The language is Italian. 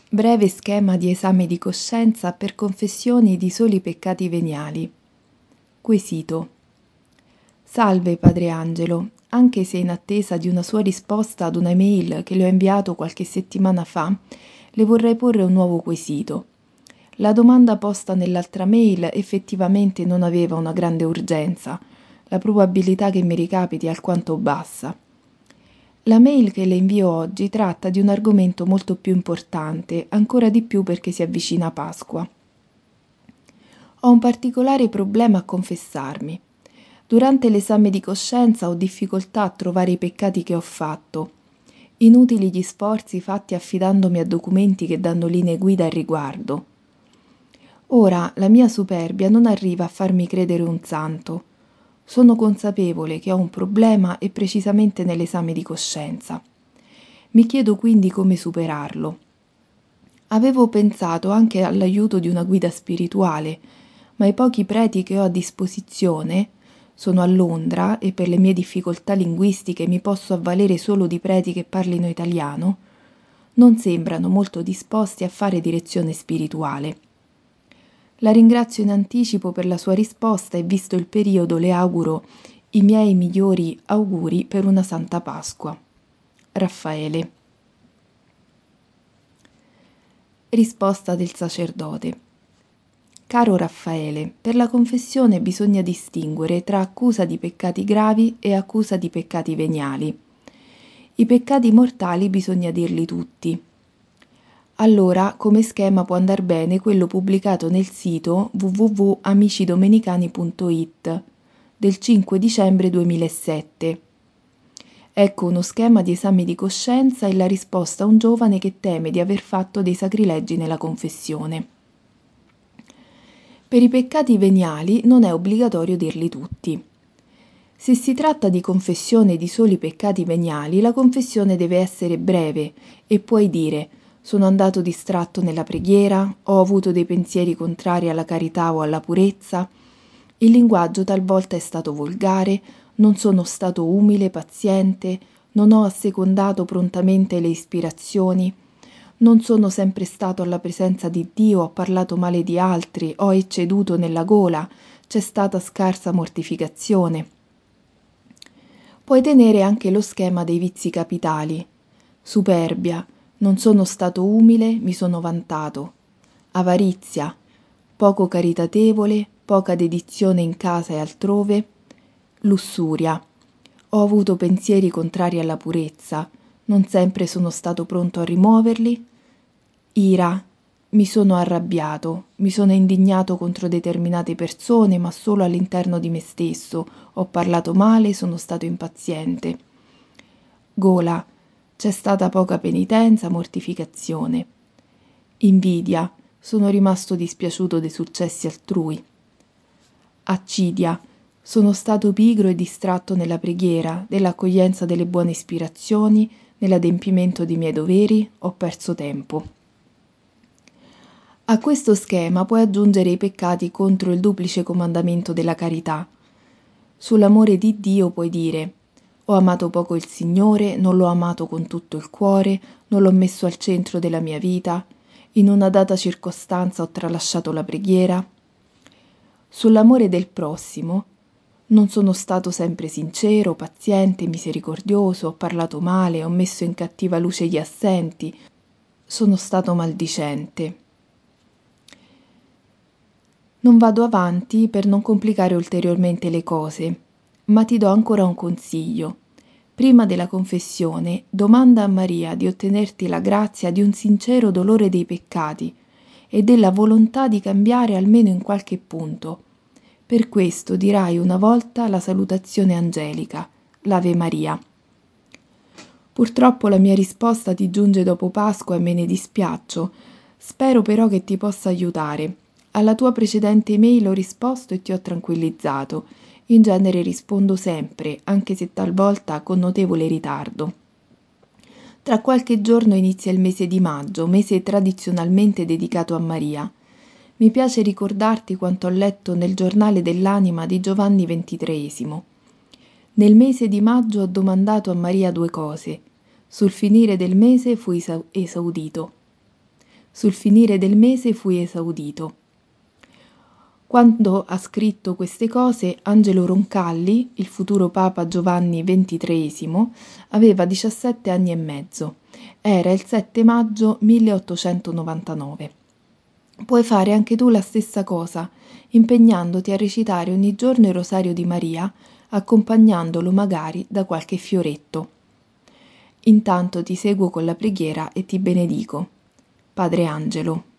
Breve schema di esame di coscienza per confessioni di soli peccati veniali. Quesito. Salve Padre Angelo, anche se in attesa di una sua risposta ad una mail che le ho inviato qualche settimana fa, le vorrei porre un nuovo quesito. La domanda posta nell'altra mail effettivamente non aveva una grande urgenza, la probabilità che mi ricapiti è alquanto bassa. La mail che le invio oggi tratta di un argomento molto più importante, ancora di più perché si avvicina Pasqua. Ho un particolare problema a confessarmi. Durante l'esame di coscienza ho difficoltà a trovare i peccati che ho fatto. Inutili gli sforzi fatti affidandomi a documenti che danno linee guida al riguardo. Ora la mia superbia non arriva a farmi credere un santo. Sono consapevole che ho un problema e precisamente nell'esame di coscienza. Mi chiedo quindi come superarlo. Avevo pensato anche all'aiuto di una guida spirituale, ma i pochi preti che ho a disposizione, sono a Londra e per le mie difficoltà linguistiche mi posso avvalere solo di preti che parlino italiano, non sembrano molto disposti a fare direzione spirituale. La ringrazio in anticipo per la sua risposta e visto il periodo le auguro i miei migliori auguri per una Santa Pasqua. Raffaele. Risposta del sacerdote. Caro Raffaele, per la confessione bisogna distinguere tra accusa di peccati gravi e accusa di peccati veniali. I peccati mortali bisogna dirli tutti. Allora, come schema può andar bene quello pubblicato nel sito www.amicidomenicani.it del 5 dicembre 2007. Ecco uno schema di esame di coscienza e la risposta a un giovane che teme di aver fatto dei sacrilegi nella confessione. Per i peccati veniali non è obbligatorio dirli tutti. Se si tratta di confessione di soli peccati veniali, la confessione deve essere breve e puoi dire: sono andato distratto nella preghiera, ho avuto dei pensieri contrari alla carità o alla purezza, il linguaggio talvolta è stato volgare, non sono stato umile, paziente, non ho assecondato prontamente le ispirazioni, non sono sempre stato alla presenza di Dio, ho parlato male di altri, ho ecceduto nella gola, c'è stata scarsa mortificazione. Puoi tenere anche lo schema dei vizi capitali. Superbia, non sono stato umile, mi sono vantato. Avarizia, poco caritatevole, poca dedizione in casa e altrove. Lussuria, ho avuto pensieri contrari alla purezza, non sempre sono stato pronto a rimuoverli. Ira, mi sono arrabbiato, mi sono indignato contro determinate persone, ma solo all'interno di me stesso, ho parlato male, sono stato impaziente. Gola, c'è stata poca penitenza, mortificazione. Invidia, sono rimasto dispiaciuto dei successi altrui. Accidia, sono stato pigro e distratto nella preghiera, nell'accoglienza delle buone ispirazioni, nell'adempimento dei miei doveri, ho perso tempo. A questo schema puoi aggiungere i peccati contro il duplice comandamento della carità. Sull'amore di Dio puoi dire: ho amato poco il Signore, non l'ho amato con tutto il cuore, non l'ho messo al centro della mia vita, in una data circostanza ho tralasciato la preghiera. Sull'amore del prossimo, non sono stato sempre sincero, paziente, misericordioso, ho parlato male, ho messo in cattiva luce gli assenti, sono stato maldicente. Non vado avanti per non complicare ulteriormente le cose, ma ti do ancora un consiglio. Prima della confessione, domanda a Maria di ottenerti la grazia di un sincero dolore dei peccati e della volontà di cambiare almeno in qualche punto. Per questo dirai una volta la salutazione angelica, l'Ave Maria. Purtroppo la mia risposta ti giunge dopo Pasqua e me ne dispiaccio. Spero però che ti possa aiutare. Alla tua precedente email ho risposto e ti ho tranquillizzato. In genere rispondo sempre, anche se talvolta con notevole ritardo. Tra qualche giorno inizia il mese di maggio, mese tradizionalmente dedicato a Maria. Mi piace ricordarti quanto ho letto nel giornale dell'anima di Giovanni XXIII. Nel mese di maggio ho domandato a Maria 2 cose. Sul finire del mese fui esaudito. Sul finire del mese fui esaudito. Quando ha scritto queste cose, Angelo Roncalli, il futuro Papa Giovanni XXIII, aveva 17 anni e mezzo. Era il 7 maggio 1899. Puoi fare anche tu la stessa cosa, impegnandoti a recitare ogni giorno il Rosario di Maria, accompagnandolo magari da qualche fioretto. Intanto ti seguo con la preghiera e ti benedico. Padre Angelo.